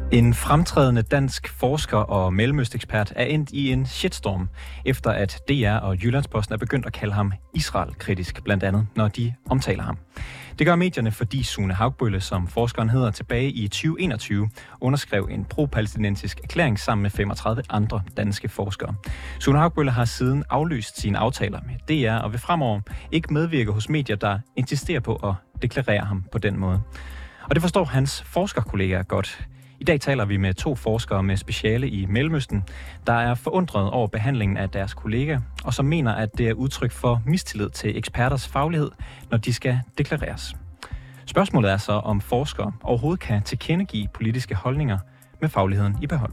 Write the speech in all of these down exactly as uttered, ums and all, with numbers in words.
En fremtrædende dansk forsker og mellemøstekspert er endt i en shitstorm, efter at D R og Jyllandsposten er begyndt at kalde ham Israel-kritisk, blandt andet, når de omtaler ham. Det gør medierne, fordi Sune Haugbølle, som forskeren hedder, tilbage i tyve enogtyve, underskrev en pro-palæstinensisk erklæring sammen med femogtredive andre danske forskere. Sune Haugbølle har siden aflyst sine aftaler med D R og vil fremover ikke medvirke hos medier, der insisterer på at deklarere ham på den måde. Og det forstår hans forskerkollegaer godt. I dag taler vi med to forskere med speciale i Mellemøsten, der er forundret over behandlingen af deres kollegaer, og som mener, at det er udtryk for mistillid til eksperters faglighed, når de skal deklareres. Spørgsmålet er så, om forskere overhovedet kan tilkendegive politiske holdninger med fagligheden i behold.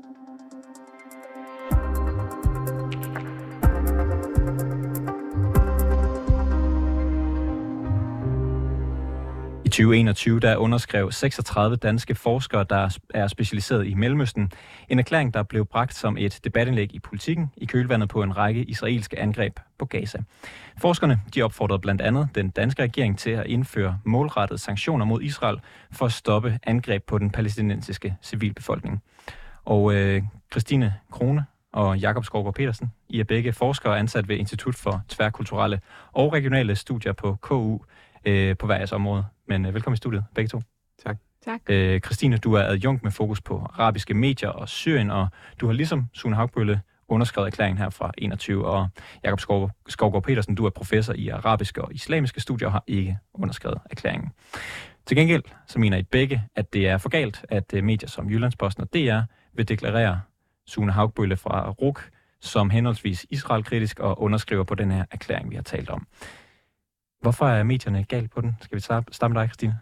I tyve enogtyve der underskrev seksogtredive danske forskere, der er specialiseret i Mellemøsten, en erklæring, der blev bragt som et debatindlæg i Politiken i kølvandet på en række israelske angreb på Gaza. Forskerne de opfordrede blandt andet den danske regering til at indføre målrettede sanktioner mod Israel for at stoppe angreb på den palæstinensiske civilbefolkning. Og øh, Christine Krone og Jakob Skovgaard Petersen, I er begge forskere ansat ved Institut for Tværkulturelle og Regionale Studier på K U øh, på hver jeres område. Men øh, velkommen i studiet, begge to. Tak. Tak. Øh, Christine, du er adjunkt med fokus på arabiske medier og Syrien, og du har ligesom Sune Haugbølle underskrevet erklæringen her fra enogtyve, og Jakob Skov, Skovgaard Petersen, du er professor i arabiske og islamiske studier og har ikke underskrevet erklæringen. Til gengæld så mener I begge, at det er for galt, at øh, medier som Jyllandsposten og D R vil deklarere Sune Haugbølle fra R U C som henholdsvis Israel-kritisk og underskriver på den her erklæring, vi har talt om. Hvorfor er medierne galt på den? Skal vi starte med dig, Christine?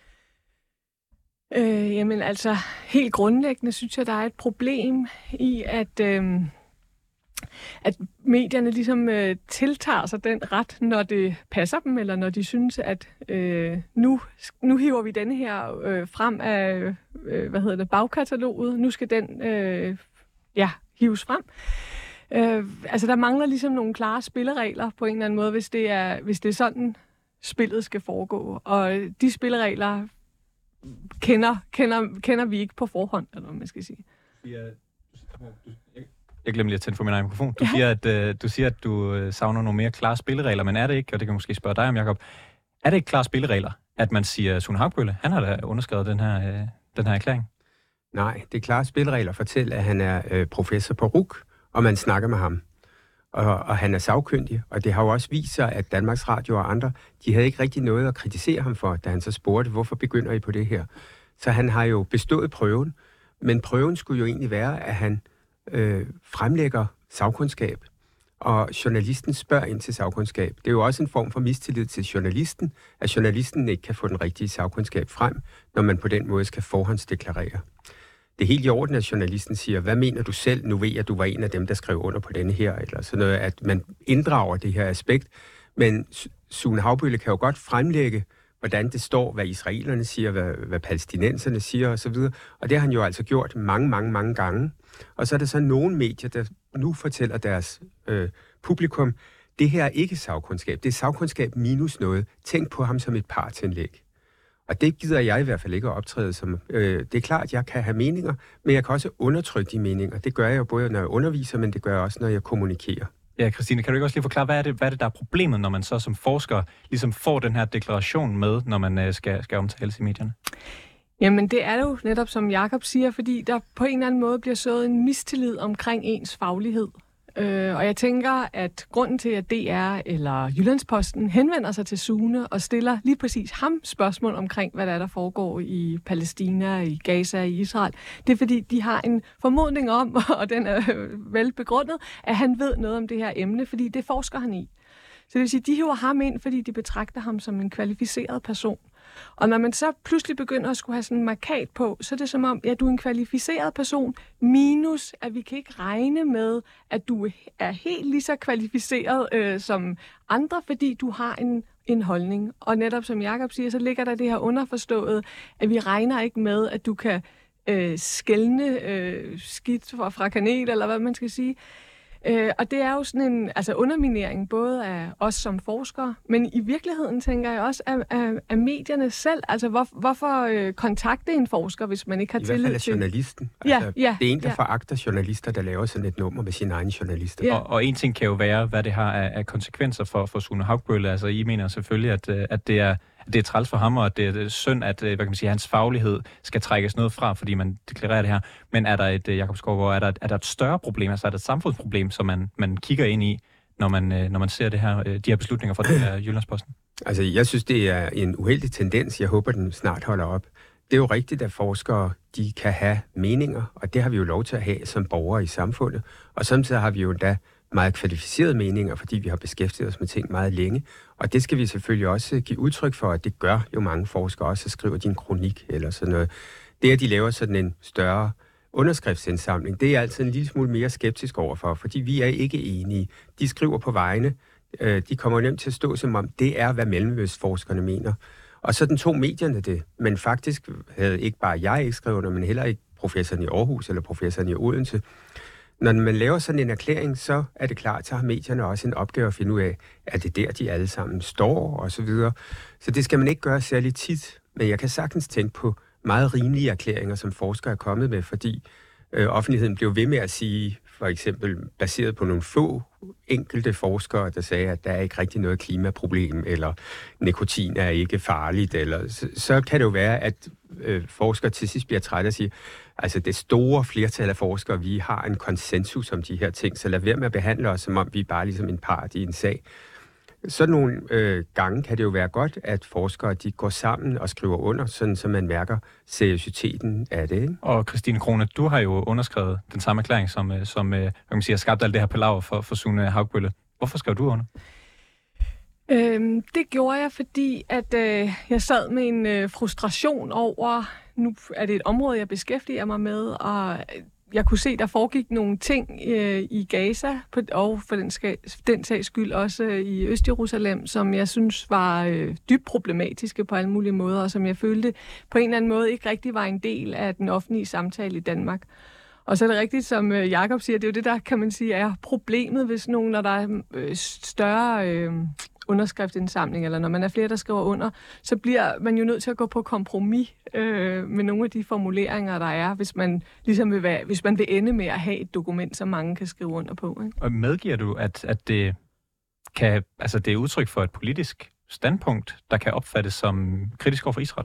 Øh, jamen altså, helt grundlæggende synes jeg, der er et problem i, at, øh, at medierne ligesom øh, tiltager sig den ret, når det passer dem, eller når de synes, at øh, nu, nu hiver vi denne her øh, frem af øh, hvad hedder det, bagkataloget. Nu skal den øh, ja, hives frem. Øh, altså, der mangler ligesom nogle klare spilleregler på en eller anden måde, hvis det er, hvis det er sådan, spillet skal foregå. Og de spilleregler kender, kender, kender vi ikke på forhånd, eller hvad man skal sige. Jeg glemte lige at tænde for min egen mikrofon. Du, ja. siger, at, uh, du siger, at du uh, savner nogle mere klare spilleregler, men er det ikke, og det kan jeg måske spørge dig om, Jacob, er det ikke klare spilleregler, at man siger, Sune Haugbølle, han har da underskrevet den her, uh, den her erklæring? Nej, det er klare spilleregler fortæller, at han er øh, professor på R U C, og man snakker med ham. Og, og han er sagkyndig, og det har jo også vist sig, at Danmarks Radio og andre, de havde ikke rigtig noget at kritisere ham for, da han så spurgte, hvorfor begynder I på det her? Så han har jo bestået prøven, men prøven skulle jo egentlig være, at han øh, fremlægger sagkundskab, og journalisten spørger ind til sagkundskab. Det er jo også en form for mistillid til journalisten, at journalisten ikke kan få den rigtige sagkundskab frem, når man på den måde skal forhåndsdeklarere. Det er helt i orden, at journalisten siger, hvad mener du selv? Nu ved jeg, at du var en af dem, der skrev under på denne her, eller sådan noget, at man inddrager det her aspekt. Men Sune Haugbølle kan jo godt fremlægge, hvordan det står, hvad israelerne siger, hvad, hvad palæstinenserne siger osv. Og det har han jo altså gjort mange, mange, mange gange. Og så er der så nogle medier, der nu fortæller deres øh, publikum, det her er ikke sagkundskab, det er sagkundskab minus noget. Tænk på ham som et partsindlæg. Og det gider jeg i hvert fald ikke at optræde som. Øh, det er klart, at jeg kan have meninger, men jeg kan også undertrykke de meninger. Det gør jeg jo både, når jeg underviser, men det gør jeg også, når jeg kommunikerer. Ja, Christine, kan du ikke også lige forklare, hvad er det, hvad er det der er problemet, når man så som forsker ligesom får den her deklaration med, når man øh, skal, skal omtales i medierne? Jamen, det er jo netop, som Jakob siger, fordi der på en eller anden måde bliver sået en mistillid omkring ens faglighed. Øh, og jeg tænker, at grunden til, at D R eller Jyllandsposten henvender sig til Sune og stiller lige præcis ham spørgsmål omkring, hvad der er, der foregår i Palæstina, i Gaza, i Israel, det er, fordi de har en formodning om, og den er velbegrundet, at han ved noget om det her emne, fordi det forsker han i. Så det vil sige, de hiver ham ind, fordi de betragter ham som en kvalificeret person. Og når man så pludselig begynder at skulle have sådan en markat på, så er det som om, ja, du er en kvalificeret person, minus at vi kan ikke regne med, at du er helt lige så kvalificeret øh, som andre, fordi du har en, en holdning. Og netop som Jakob siger, så ligger der det her underforstået, at vi regner ikke med, at du kan øh, skelne øh, skidt fra, fra kanel, eller hvad man skal sige. Øh, og det er jo sådan en altså underminering både af os som forskere, men i virkeligheden tænker jeg også af, af, af medierne selv. Altså hvor, hvorfor øh, kontakte en forsker, hvis man ikke har I tillid til... I hvert fald af journalisten. Ja, altså, ja, det er en, der ja. foragter journalister, der laver sådan et nummer med sine egne journalister. Ja. Og, og en ting kan jo være, hvad det har af, af konsekvenser for, for Sune Haugbølle. Altså I mener selvfølgelig, at, at det er det er træls for ham, og det er synd, at hvad kan man sige, hans faglighed skal trækkes noget fra, fordi man deklarerer det her. Men er der et, Jakob Skovgaard, er der, er der et større problem, altså er der et samfundsproblem, som man, man kigger ind i, når man, når man ser det her, de her beslutninger fra det her Jyllandsposten? Altså, jeg synes, det er en uheldig tendens. Jeg håber, den snart holder op. Det er jo rigtigt, at forskere de kan have meninger, og det har vi jo lov til at have som borgere i samfundet. Og samtidig har vi jo endda meget kvalificerede meninger, fordi vi har beskæftiget os med ting meget længe. Og det skal vi selvfølgelig også give udtryk for, at det gør jo mange forskere også, at skriver de en kronik eller sådan noget. Det, at de laver sådan en større underskriftsindsamling, det er altid en lille smule mere skeptisk overfor, fordi vi er ikke enige. De skriver på vegne, de kommer nemt til at stå som om, det er, hvad mellemøstforskerne mener. Og sådan tog medierne det, men faktisk havde ikke bare jeg ikke skrevet under, men heller ikke professoren i Aarhus eller professoren i Odense. Når man laver sådan en erklæring, så er det klart, så har medierne også en opgave at finde ud af, at det der, de alle sammen står, og så videre. Så det skal man ikke gøre særlig tit, men jeg kan sagtens tænke på meget rimelige erklæringer, som forskere er kommet med, fordi øh, offentligheden blev ved med at sige, for eksempel baseret på nogle få enkelte forskere, der sagde, at der er ikke rigtig noget klimaproblem, eller nikotin er ikke farligt, eller så, så kan det jo være, at øh, forskere til sidst bliver trætte og siger, altså det store flertal af forskere, vi har en konsensus om de her ting, så lad være med at behandle os, som om vi er bare ligesom en part i en sag. Sådan nogle øh, gange kan det jo være godt, at forskere de går sammen og skriver under, sådan så man mærker seriøsiteten af det. Ikke? Og Christine Krone, du har jo underskrevet den samme erklæring, som, som hvad man siger, har skabt alt det her palaver for, for Sune Haugbølle. Hvorfor skrev du under? Øhm, det gjorde jeg, fordi at øh, jeg sad med en øh, frustration over, nu er det et område, jeg beskæftiger mig med, og jeg kunne se, der foregik nogle ting øh, i Gaza, og for den, skal, den sags skyld også øh, i Øst-Jerusalem, som jeg synes var øh, dybt problematiske på alle mulige måder, og som jeg følte på en eller anden måde ikke rigtig var en del af den offentlige samtale i Danmark. Og så er det rigtigt, som øh, Jakob siger, det er jo det, der kan man sige er problemet, hvis nogen, når der er øh, større øh, underskriftsindsamling, eller når man er flere, der skriver under, så bliver man jo nødt til at gå på kompromis øh, med nogle af de formuleringer, der er, hvis man ligesom vil være, hvis man vil ende med at have et dokument, som mange kan skrive under på. Ikke? Og medgiver du, at, at det kan, altså det er udtryk for et politisk standpunkt, der kan opfattes som kritisk over for Israel?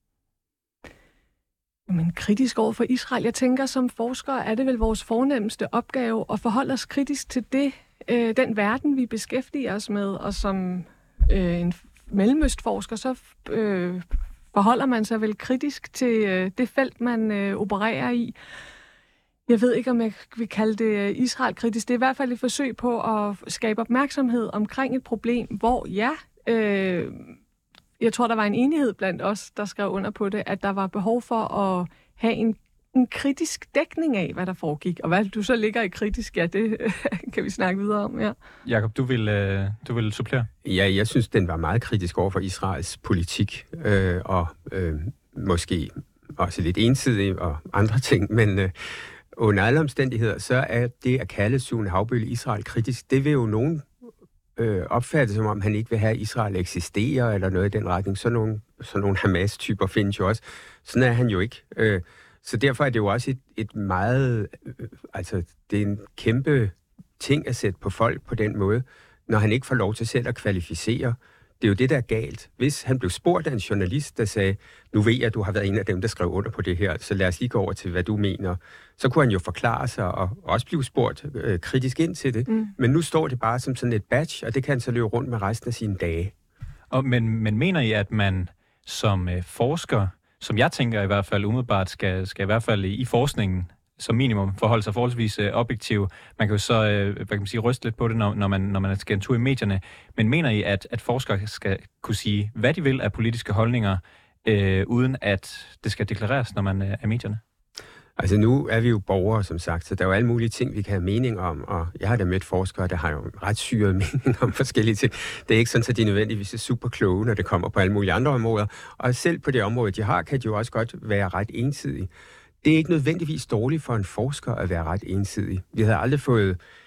Men kritisk over for Israel. Jeg tænker, som forskere er det vel vores fornemmeste opgave at forholde os kritisk til det, øh, den verden, vi beskæftiger os med, og som øh, en mellemøstforsker, så øh, forholder man sig vel kritisk til øh, det felt, man øh, opererer i. Jeg ved ikke, om jeg vil kalde det Israel-kritisk. Det er i hvert fald et forsøg på at skabe opmærksomhed omkring et problem, hvor ja, øh, jeg tror, der var en enighed blandt os, der skrev under på det, at der var behov for at have en, en kritisk dækning af, hvad der foregik. Og hvad du så ligger i kritisk, ja, det kan vi snakke videre om, ja. Jakob, du vil, øh, du vil supplere? Ja, jeg synes, den var meget kritisk over for Israels politik, øh, og øh, måske også lidt ensidig og andre ting, men øh, under alle omstændigheder, så er det at kalde Sune Haugbølle Israel kritisk, det vil jo nogen øh, opfatte som om, han ikke vil have, at Israel eksisterer, eller noget i den retning. Sådan nogle, sådan nogle Hamas-typer findes jo også. Sådan er han jo ikke. Øh, så derfor er det jo også et, et meget... Øh, altså, det er en kæmpe ting at sætte på folk på den måde, når han ikke får lov til selv at kvalificere. Det er jo det, der er galt. Hvis han blev spurgt af en journalist, der sagde, nu ved jeg, at du har været en af dem, der skrev under på det her, så lad os lige gå over til, hvad du mener. Så kunne han jo forklare sig og også blive spurgt øh, kritisk ind til det. Mm. Men nu står det bare som sådan et badge, og det kan han så løbe rundt med resten af sine dage. Og, men, men mener I, at man som øh, forsker, som jeg tænker i hvert fald umiddelbart, skal, skal i hvert fald i, i forskningen, som minimum forholde sig forholdsvis øh, objektiv. Man kan jo så øh, hvad kan man sige, ryste lidt på det, når, når, man, når man skal en tur i medierne. Men mener I, at, at forskere skal kunne sige, hvad de vil af politiske holdninger, øh, uden at det skal deklareres, når man øh, er i medierne? Altså nu er vi jo borgere, som sagt, så der er jo alle mulige ting, vi kan have mening om, og jeg har da mødt forskere, der har jo ret syret mening om forskellige ting. Det er ikke sådan, at de nødvendigvis er super kloge, når det kommer på alle mulige andre områder, og selv på det område, de har, kan de jo også godt være ret ensidige. Det er ikke nødvendigvis dårligt for en forsker at være ret ensidig. Vi havde aldrig fået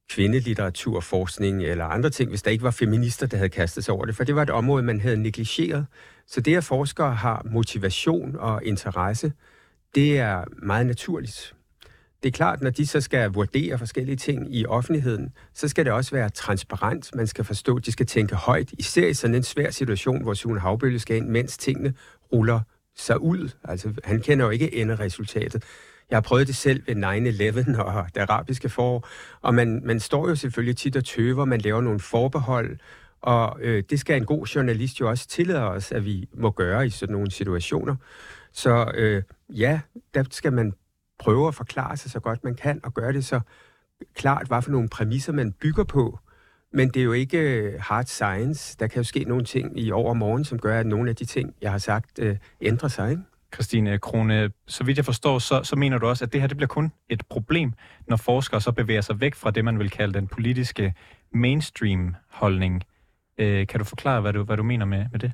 kvindelitteraturforskning eller andre ting, hvis der ikke var feminister, der havde kastet sig over det, for det var et område, man havde negligeret. Så det, at forskere har motivation og interesse, det er meget naturligt. Det er klart, når de så skal vurdere forskellige ting i offentligheden, så skal det også være transparent. Man skal forstå, at de skal tænke højt, især i sådan en svær situation, hvor Sune Haubølle skal ind, mens tingene ruller sig ud. Altså, han kender jo ikke enderesultatet. Jeg har prøvet det selv ved nine eleven og det arabiske forår, og man, man står jo selvfølgelig tit og tøver, man laver nogle forbehold, og øh, det skal en god journalist jo også tillade os, at vi må gøre i sådan nogle situationer. Så øh, ja, der skal man prøve at forklare sig så godt man kan, og gøre det så klart, hvad for nogle præmisser man bygger på. Men det er jo ikke hard science. Der kan jo ske nogle ting i overmorgen, som gør, at nogle af de ting, jeg har sagt, øh, ændrer sig, ikke? Christine Krone, så vidt jeg forstår, så, så mener du også, at det her det bliver kun et problem, når forskere så bevæger sig væk fra det, man vil kalde den politiske mainstream-holdning. Øh, kan du forklare, hvad du, hvad du mener med, med det?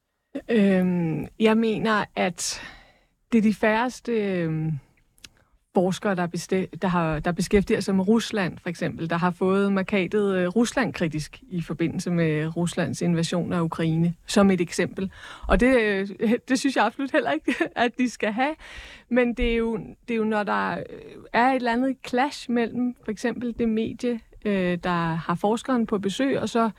Øhm, jeg mener, at det er de færreste øh, forskere, der, beste- der, har, der beskæftiger sig med Rusland, for eksempel, der har fået markatet øh, Rusland-kritisk i forbindelse med Ruslands invasion af Ukraine, som et eksempel. Og det, øh, det synes jeg absolut heller ikke, at de skal have. Men det er jo, det er jo når der er et eller andet clash mellem for eksempel det medie, øh, der har forskeren på besøg, og så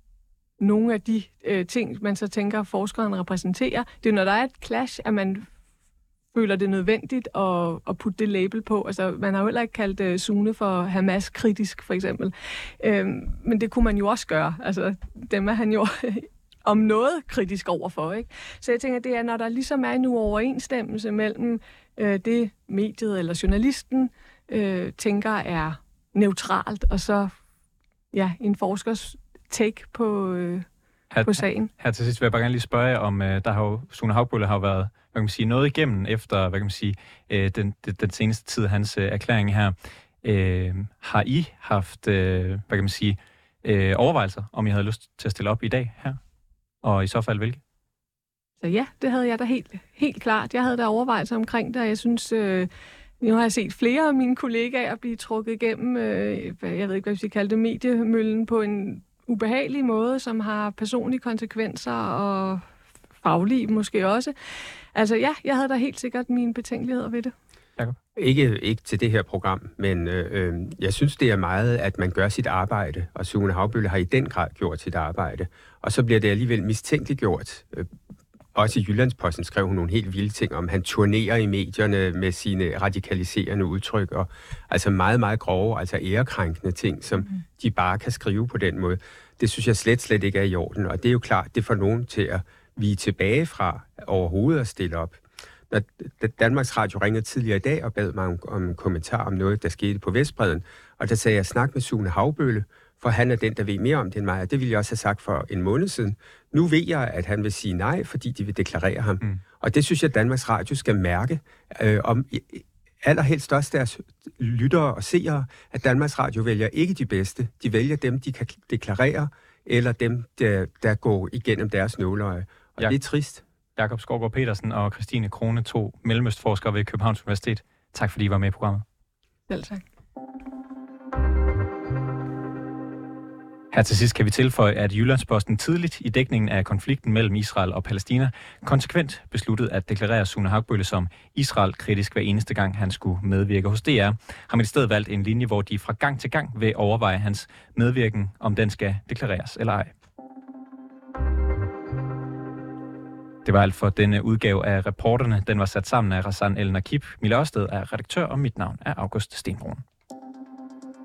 nogle af de øh, ting, man så tænker, forskeren repræsenterer. Det er når der er et clash, at man føler det nødvendigt at, at putte det label på. Altså, man har jo heller ikke kaldt uh, Sune for Hamas-kritisk, for eksempel. Øhm, men det kunne man jo også gøre. Altså, dem er han jo om noget kritisk overfor, ikke? Så jeg tænker, det er, når der ligesom er en uoverensstemmelse mellem øh, det mediet eller journalisten øh, tænker er neutralt, og så ja, en forskers take på, øh, her, på sagen. Her til sidst vil jeg bare gerne lige spørge jer om, øh, der har jo, Sune Haubølle har jo været, hvad kan man sige, noget igennem efter, hvad kan man sige, øh, den, den, den seneste tid, hans øh, erklæring her. Øh, har I haft, øh, hvad kan man sige, øh, overvejelser, om I havde lyst til at stille op i dag her? Og i så fald hvilke? Så ja, det havde jeg da helt, helt klart. Jeg havde da overvejelser omkring det, og jeg synes, øh, nu har jeg set flere af mine kollegaer blive trukket igennem, øh, jeg ved ikke, hvad vi skal kalde det, mediemøllen på en ubehagelig måde, som har personlige konsekvenser og faglige måske også. Altså ja, jeg havde da helt sikkert mine betænkeligheder ved det. Ikke, ikke til det her program, men øh, øh, jeg synes, det er meget, at man gør sit arbejde, og Sune Haubølle har i den grad gjort sit arbejde. Og så bliver det alligevel mistænkeliggjort. Øh, også i Jyllandsposten skrev hun nogle helt vilde ting om, han turnerer i medierne med sine radikaliserende udtryk, og altså meget, meget grove, altså ærekrænkende ting, som mm. de bare kan skrive på den måde. Det synes jeg slet, slet ikke er i orden, og det er jo klart, det får nogen til at vige tilbage fra overhovedet at stille op. Når Danmarks Radio ringede tidligere i dag og bad mig om, om en kommentar om noget, der skete på Vestbredden, og der sagde jeg, snak med Sune Haubølle, for han er den, der ved mere om det end mig, og det ville jeg også have sagt for en måned siden. Nu ved jeg, at han vil sige nej, fordi de vil deklarere ham. Mm. Og det synes jeg, at Danmarks Radio skal mærke, øh, om allerhelst også deres lyttere og seere, at Danmarks Radio vælger ikke de bedste. De vælger dem, de kan deklarere, eller dem, der, der går igennem deres nåleøje. Og ja. Det er trist. Jakob Skovgaard Petersen og Christine Krone, to mellemøstforskere ved Københavns Universitet. Tak fordi I var med i programmet. Selv tak. Her til sidst kan vi tilføje, at Jyllandsposten tidligt i dækningen af konflikten mellem Israel og Palæstina konsekvent besluttede at deklarere Sune Haubølle som Israel-kritisk hver eneste gang, han skulle medvirke hos D R. Har man i stedet valgt en linje, hvor de fra gang til gang vil overveje hans medvirken, om den skal deklareres eller ej. Det var alt for denne udgave af Reporterne. Den var sat sammen af Razan El Nakib. Mille Ørsted er redaktør, og mit navn er August Stenbrun.